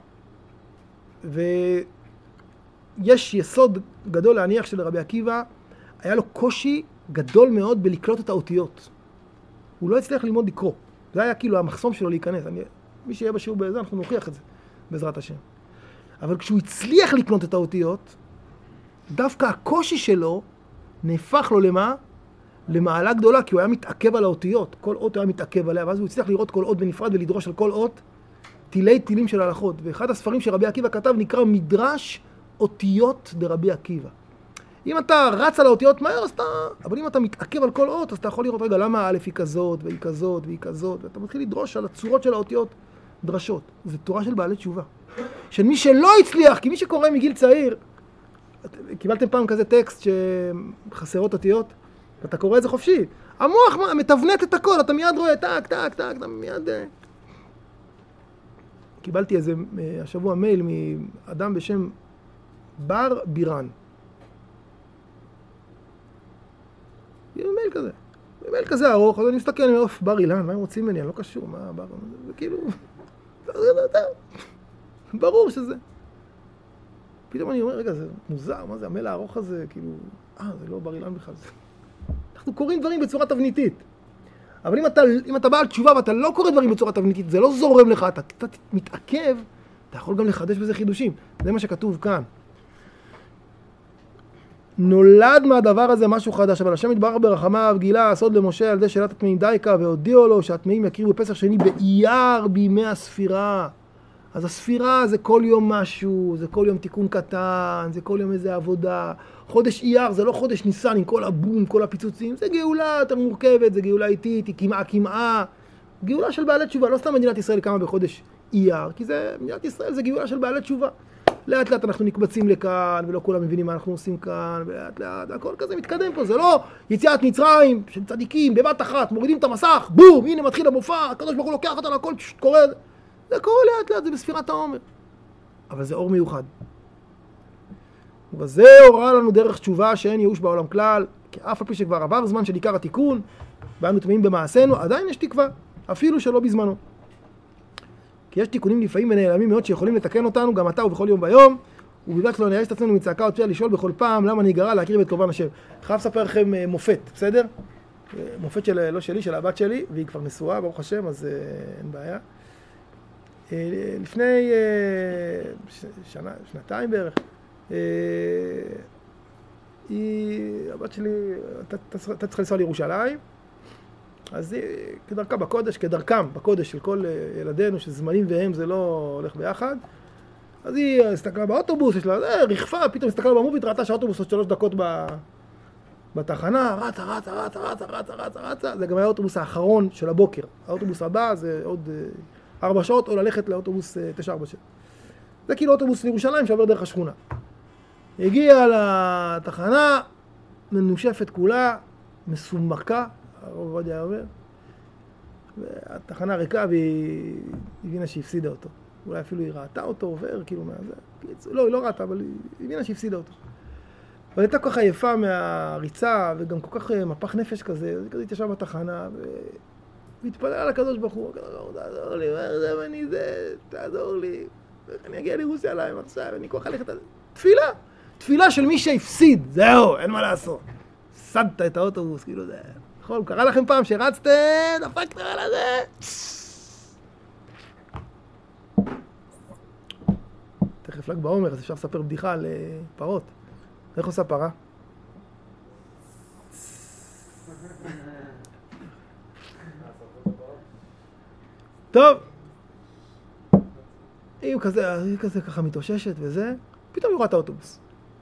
ויש יסוד גדול להניח שלרבי עקיבא, היה לו קושי גדול מאוד בלקלוט את האותיות. הוא לא הצליח ללמוד לקרוא. זה היה כאילו המחסום שלו להיכנס. מי שיהיה בשיעור בזה, אנחנו נוכיח את זה, בעזרת השם. אבל כשהוא הצליח לקלוט את האותיות, דווקא הקושי שלו נהפך לו למה? למעלה גדולה, כי הוא היה מתעכב על האותיות. כל אות היה מתעכב עליה, ואז הוא הצליח לראות כל אות בנפרד ולדרוש על כל אות תילי תילים של הלכות. ואחד הספרים שרבי עקיבא כתב נקרא מדרש אותיות דרבי עקיבא. אם אתה רץ על האותיות מהר, אז אתה... אבל אם אתה מתעכב על כל אות, אז אתה יכול לראות רגע למה האלף היא כזאת, והיא כזאת, והיא כזאת, ואתה מתחיל לדרוש על הצורות של האותיות דרשות. זו תורה של בעלי תשובה. של מי שלא הצליח, כי מי שקורא מגיל צעיר, קיבלתם פעם כזה טקסט שחסרות אותיות, ואתה קורא את זה חופשי. המוח מתבנת את הכל, אתה מיד רואה, טק, טק, טק, אתה מיד... קיבלתי איזה השבוע מייל מאדם בשם בר בירן. מייל כזה ארוך, אז אני מסתכל, אני אומר, בר אילן, מה הם רוצים ממני? אני לא קשור, מה בר... וכאילו... ברור שזה... פתאום אני אומר, רגע, זה מוזר, מה זה, המייל הארוך הזה, כאילו... זה לא בר אילן בכלל. אנחנו קוראים דברים בצורה תבניתית. אבל אם אתה בעל תשובה ואתה לא קורא דברים בצורה תבניתית, זה לא זורם לך, אתה קצת מתעכב, אתה יכול גם לחדש בזה חידושים. זה מה שכתוב כאן. נולד מהדבר הזה משהו חדש, אבל השם יתברך ברחמיו גילה הסוד למשה על ידי שאלת הטמאים דייקה, והודיעו לו שהטמאים יקריבו פסח שני באייר בימי הספירה. אז הספירה זה כל יום משהו, זה כל יום תיקון קטן, זה כל יום איזה עבודה. חודש אייר זה לא חודש ניסן עם כל הבום, כל הפיצוצים, זה גאולה יותר מורכבת, זה גאולה איטית, היא כמעה. גאולה של בעלי תשובה, לא סתם מדינת ישראל קמה בחודש אייר, כי מדינת ישראל זה גאולה של בעלי תשובה. לאט לאט אנחנו נקבצים לכאן, ולא כולם מבינים מה אנחנו עושים כאן, ולאט לאט, הכל כזה מתקדם פה, זה לא יציאת מצרים של צדיקים, בבת אחת, מורידים את המסך, בום, הנה מתחיל המופע, הקדוש ברוך הוא לוקח אותנו, הכל קורה, זה קורה לאט לאט, זה בספירת העומר. אבל זה אור מיוחד. וזה הוראה לנו דרך תשובה שאין ייאוש בעולם כלל, כי אף על פי שכבר עבר זמן של עיקר התיקון, ואנו טמאים במעשינו, עדיין יש תקווה, אפילו שלא בזמנו. כי יש תיקונים לפעמים ונעלמים מאוד שיכולים לתקן אותנו גם עתה ובכל יום ביום, ובגלל שלא נראה את עצמנו מצעקה או תפילה לשאול בכל פעם למה נגרע להכיר את קורבן השם. חייב לספר לכם מופת, בסדר? מופת של, לא שלי, של הבת שלי, והיא כבר נשואה, ברוך השם, אז אין בעיה. לפני שנתיים בערך, הבת שלי הייתה צריכה לנסוע לירושלים, אז היא כדרכם בקודש של כל ילדינו, שזמנים והם זה לא הולך ביחד, אז היא הסתכלה באוטובוס, יש לה רכפה, פתאום הסתכלה במובית, ראתה שהאוטובוס עוד 3 דקות בתחנה, רצה, זה גם היה האוטובוס האחרון של הבוקר, האוטובוס הבא זה עוד 4 שעות, או ללכת לאוטובוס 947. זה כאילו אוטובוס לירושלים שעובר דרך השכונה. הגיעה לתחנה, מנושפת כולה, מסומקה, הרב עובדיה אומר, והתחנה ריקה והיא הבינה שהפסידה אותו. אולי אפילו היא ראתה אותו עובר, כאילו מהזה. לא, היא לא ראתה, אבל היא הבינה שהפסידה אותו. אבל הייתה כל כך עייפה מהריצה, וגם כל כך מפח נפש כזה, אז היא כזה התיישבה בתחנה, והתפלל על הקדוש ברוך הוא, תעזור לי, אני זה, תעזור לי, אני אגיע לירושלים עכשיו, אני כל כך ללכת על זה. תפילה של מי שהפסיד, זהו, אין מה לעשות. סדת את האוטובוס, כאילו זה... נכון, קרה לכם פעם שרצתם, דפקתם על הזה. תכף ל"ג בעומר, אז אפשר לספר בדיחה על פרות. איך עושה פרה? טוב. היא כזה ככה מתאוששת וזה, פתאום היא רואה את האוטובוס.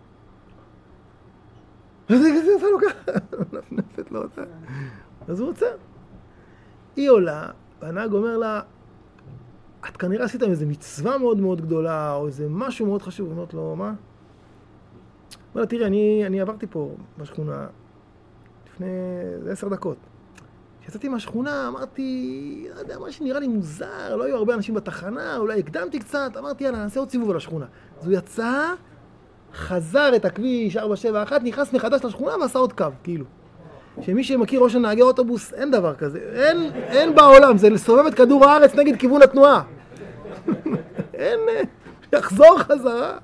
וזה כזה עושה לו ככה, נפנפת לו אותה. אז הוא עוצר. היא עולה, והנהג אומר לה, את כנראה עשיתם איזו מצווה מאוד מאוד גדולה, או איזה משהו מאוד חשוב. אומרת לו, מה? אומר לה, תראי, אני עברתי פה בשכונה לפני 10 דקות. כשיצאתי מהשכונה, אמרתי, לא יודע, מה שנראה לי מוזר, לא היו הרבה אנשים בתחנה, אולי הקדמתי קצת, אמרתי, יאללה, נעשה עוד סיבוב על השכונה. אז הוא יצא, חזר את הכביש 471, נכנס מחדש לשכונה ועשה עוד קו, כאילו. שמי שמכיר ראש הנהגי אוטובוס, אין דבר כזה. אין בעולם, זה לסובב את כדור הארץ נגד כיוון התנועה. אין, יחזור חזרה.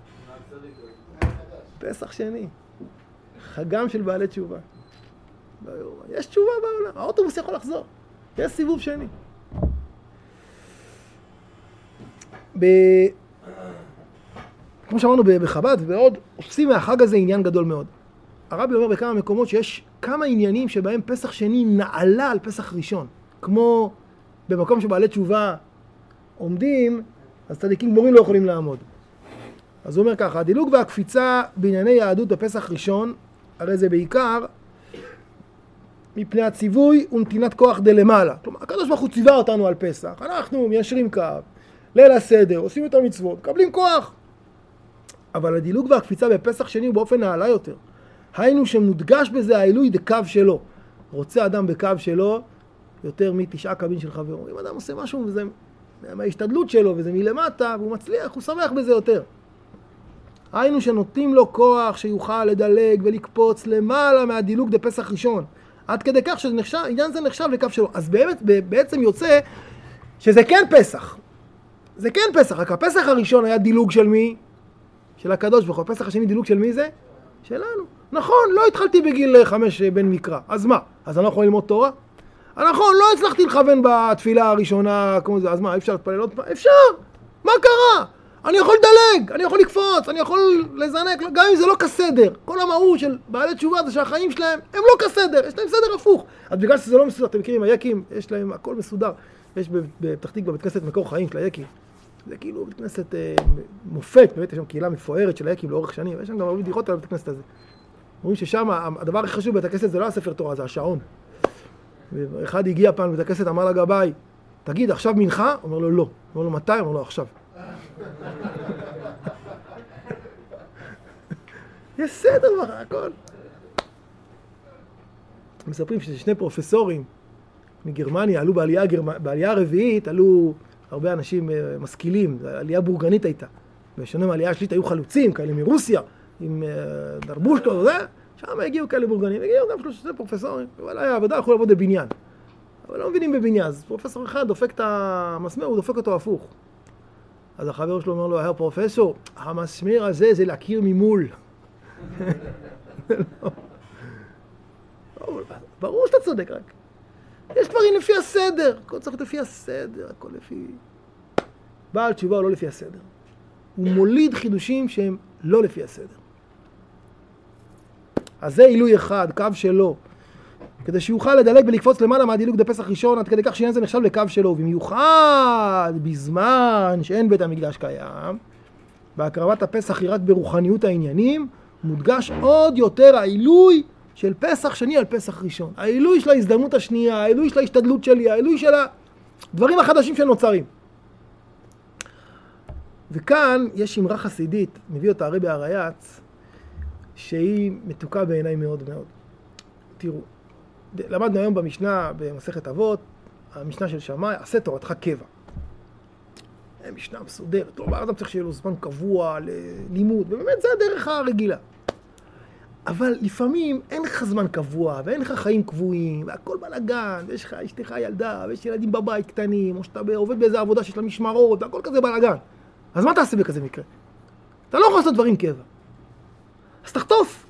פסח שני. חגם של בעלי תשובה. יש תשובה בעולם, האוטובוס יכול לחזור. יש סיבוב שני. כמו שאמרנו בחב"ד ועוד, עושים מהחג הזה עניין גדול מאוד. הרבי אומר בכמה מקומות שיש כמה עניינים שבהם פסח שני נעלה על פסח ראשון. כמו במקום שבעלי תשובה עומדים, אז צדיקים גמורים לא יכולים לעמוד. אז הוא אומר ככה, הדילוג והקפיצה בענייני יהדות בפסח ראשון, הרי זה בעיקר מפני הציווי ונתינת כוח דלמעלה. כלומר, הקדוש ברוך הוא ציווה אותנו על פסח. אנחנו מיישרים קו, ליל הסדר, עושים את המצוות, מקבלים כוח. אבל הדילוג והקפיצה בפסח שני הוא באופן נעלה יותר. היינו שמודגש בזה העילוי דקו שלו. רוצה אדם בקו שלו יותר מ9 קבין של חברו. אם אדם עושה משהו וזה מההשתדלות שלו וזה מלמטה והוא מצליח, הוא שמח בזה יותר. היינו שנותנים לו כוח שיוכל לדלג ולקפוץ למעלה מהדילוג דפסח ראשון. עד כדי כך שעניין זה נחשב לקו שלו. אז בעצם יוצא שזה כן פסח. זה כן פסח, רק הפסח הראשון היה דילוג של מי? של הקדוש ברוך הוא. הפסח השני דילוג של מי זה? שלנו. נכון, לא התחלתי בגיל 5 בן מקרא. אז מה? אז אני לא יכול ללמוד תורה? נכון, לא הצלחתי לכוון בתפילה הראשונה כמו זה. אז מה, אפשר להתפלל עוד פעם? אפשר! מה קרה? אני יכול לדלג, אני יכול לקפוץ, אני יכול לזנק, גם אם זה לא כסדר. כל המהות של בעלי תשובה זה שהחיים שלהם הם לא כסדר, יש להם סדר הפוך. אז בגלל שזה לא מסודר, אתם מכירים, היקים, יש להם הכל מסודר. יש בפתח תקווה בבית כנסת מקור חיים של היקים. זה כאילו בית כנסת מופת, באמת יש שם קהילה מפוארת של היקים לאורך שנים, ויש שם גם הרבה בדיחות על בית הכנסת הזה. אומרים ששם הדבר הכי חשוב בבית הכנסת זה לא הספר תורה, זה השעון. ואחד הגיע פעם לבית הכנסת, אמר לגבאי, תגיד, עכשיו מנחה? אומר לו, לא. אומר לו, מתי? אומר לו, עכשיו. יש סדר הכל. מספרים ששני פרופסורים מגרמניה עלו בעלייה הרביעית, עלו הרבה אנשים משכילים, עלייה בורגנית הייתה. בשונה מהעלייה השלישית היו חלוצים, כאלה מרוסיה, עם דרבושקה וזה, שם הגיעו כאלה בורגנים, הגיעו גם 3 פרופסורים, אבל היה עבודה, יכולו לעבוד בבניין. אבל לא מבינים בבניין, אז פרופסור אחד דופק את המסמר, הוא דופק אותו הפוך. אז החבר שלו אומר לו, הר פרופסור, המסמר הזה זה להכיר ממול. ברור שאתה צודק רק. יש דברים לפי הסדר, הכל צריך לפי הסדר, הכל לפי... בעל תשובה הוא לא לפי הסדר. הוא מוליד חידושים שהם לא לפי הסדר. אז זה עילוי אחד, קו שלו. כדי שיוכל לדלג ולקפוץ למעלה מהדילוג בפסח ראשון, עד כדי כך שעניין זה נחשב לקו שלו. ובמיוחד בזמן שאין בית המקדש קיים, בהקרבת הפסח היא רק ברוחניות העניינים, מודגש עוד יותר העילוי של פסח שני על פסח ראשון. העילוי של ההזדמנות השנייה, העילוי של ההשתדלות שלי, העילוי של הדברים החדשים שנוצרים. וכאן יש אמרה חסידית, מביא אותה הרבי הרייץ, שהיא מתוקה בעיניי מאוד מאוד. תראו, למדנו היום במשנה, במסכת אבות, המשנה של שמאי, עשה תורתך קבע. משנה מסודרת, לא, אדם צריך שיהיה לו זמן קבוע ללימוד, ובאמת זה הדרך הרגילה. אבל לפעמים אין לך זמן קבוע, ואין לך חיים קבועים, והכל בלגן, ויש לך אשתך ילדה, ויש ילדים בבית קטנים, או שאתה עובד באיזו עבודה שיש לה משמרות, והכל כזה בלגן. אז מה תעשה בכזה מקרה? אתה לא יכול לעשות דברים קבע. אז תחטוף.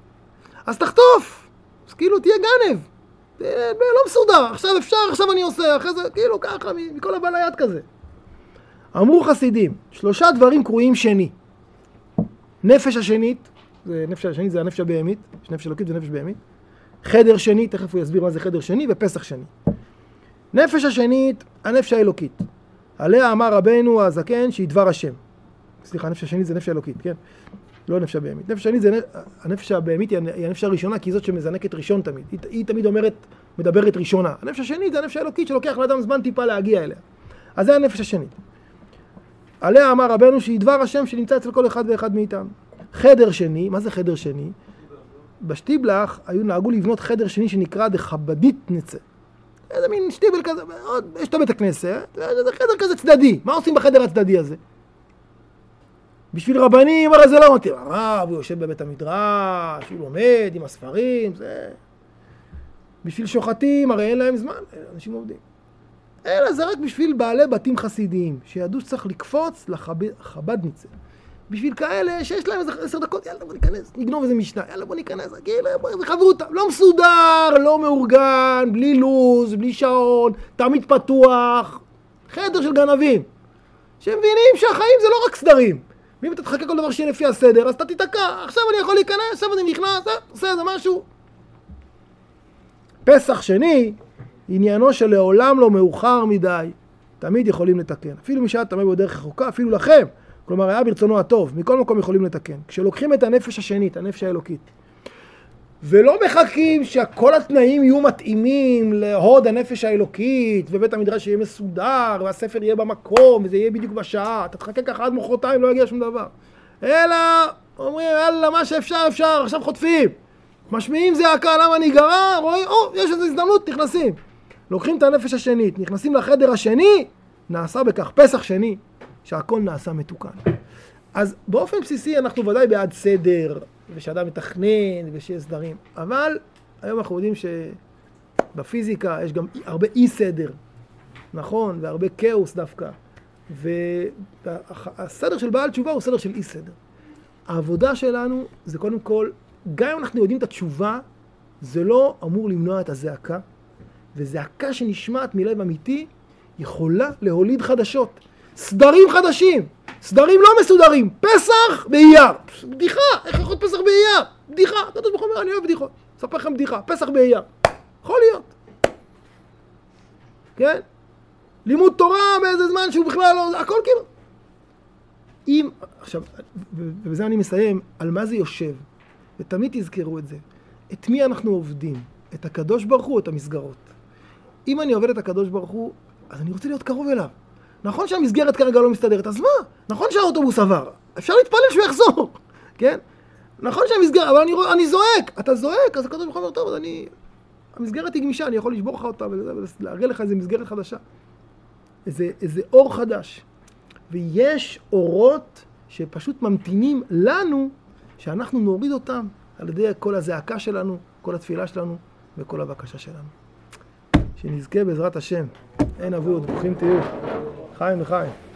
אז כאילו תהיה גנב. לא מסודר, עכשיו אפשר, עכשיו אני עושה, אחרי זה כאילו ככה, מכל הבא ליד כזה. אמרו חסידים, 3 דברים קרויים שני. נפש השנית, נפש השנית זה הנפש הבהמית, יש נפש אלוקית ונפש בהמית. חדר שני, תכף הוא יסביר מה זה חדר שני, ופסח שני. נפש השנית, הנפש האלוקית. עליה אמר רבנו הזקן שהיא דבר השם. סליחה, הנפש השנית זה נפש האלוקית, כן? לא הנפש הבהמית. נפש השנית זה, הנפש הבהמית היא הנפש הראשונה, כי היא זאת שמזנקת ראשון תמיד. היא תמיד מדברת ראשונה. הנפש השנית זה הנפש האלוקית שלוקח לאדם זמן טיפה להגיע אליה. אז זה הנפש השנית. עליה אמר רבנו שהיא דבר השם שנמצא אצל כל אחד ואחד מאיתם. חדר שני, מה זה חדר שני? בשטיבלח נהגו לבנות חדר שני שנקרא דחבדית נצא. איזה מין שטיבל כזה, יש את בית הכנסת, זה חדר כזה צדדי. מה עושים בחדר הצדדי הזה? בשביל רבנים, הרי זה לא מתאים. הרב, הוא יושב בבית המדרש, הוא לומד עם הספרים, זה... בשביל שוחטים, הרי אין להם זמן, אנשים עובדים. אלא זה רק בשביל בעלי בתים חסידיים, שידעו שצריך לקפוץ לחבדניצה. בשביל כאלה שיש להם איזה 10 דקות, יאללה בוא ניכנס, נגנוב איזה משנה, יאללה בוא ניכנס, כאילו, בוא חברותה, לא מסודר, לא מאורגן, בלי לוז, בלי שעון, תמיד פתוח, חדר של גנבים, שמבינים שהחיים זה לא רק סדרים. ואם אתה תחכה כל דבר שיהיה לפי הסדר, אז אתה תתקע, עכשיו אני יכול להיכנס, עכשיו אני נכנס, עושה איזה משהו. פסח שני, עניינו שלעולם לא מאוחר מדי, תמיד יכולים לתקן. אפילו משעת תמיד בדרך רחוקה, אפילו לכם. כלומר, היה ברצונו הטוב, מכל מקום יכולים לתקן. כשלוקחים את הנפש השנית, הנפש האלוקית, ולא מחכים שכל התנאים יהיו מתאימים להוד הנפש האלוקית, ובית המדרש יהיה מסודר, והספר יהיה במקום, וזה יהיה בדיוק בשעה, אתה תחכה ככה עד מחרתיים, לא יגיע שום דבר. אלא, אומרים, יאללה, מה שאפשר, אפשר, עכשיו חוטפים. משמיעים זעקה, למה אני גרה, רואים, יש איזו הזדמנות, נכנסים. לוקחים את הנפש השנית, נכנסים לחדר השני, נעשה בכך פסח שני, שהכל נעשה מתוקן. אז באופן בסיסי אנחנו ודאי בעד סדר, ושאדם מתכנן ושיש סדרים, אבל היום אנחנו יודעים שבפיזיקה יש גם הרבה אי סדר, נכון? והרבה כאוס דווקא. והסדר של בעל תשובה הוא סדר של אי סדר. העבודה שלנו זה קודם כל, גם אם אנחנו יודעים את התשובה, זה לא אמור למנוע את הזעקה, וזעקה שנשמעת מלב אמיתי יכולה להוליד חדשות. סדרים חדשים, סדרים לא מסודרים, פסח באייר. בדיחה, איך יכול להיות פסח באייר? בדיחה, הקדוש ברוך הוא אומר, אני אוהב בדיחות. אספר לכם בדיחה, פסח באייר. יכול להיות. כן? לימוד תורה באיזה זמן שהוא בכלל לא, הכל כאילו. אם, עכשיו, ובזה אני מסיים, על מה זה יושב? ותמיד תזכרו את זה. את מי אנחנו עובדים? את הקדוש ברוך הוא או את המסגרות? אם אני עובד את הקדוש ברוך הוא, אז אני רוצה להיות קרוב אליו. נכון שהמסגרת כרגע לא מסתדרת, אז מה? נכון שהאוטובוס עבר. אפשר להתפלל שהוא יחזור, כן? נכון שהמסגרת, אבל אני זועק. אתה זועק, אז הקדוש ברוך הוא אומר, טוב, אז המסגרת היא גמישה, אני יכול לשבור לך אותה ולהראה לך איזה מסגרת חדשה. איזה אור חדש. ויש אורות שפשוט ממתינים לנו, שאנחנו נוריד אותם על ידי כל הזעקה שלנו, כל התפילה שלנו וכל הבקשה שלנו. שנזכה בעזרת השם. אין אבוד, ברוכים תהיו. חיים וחיים.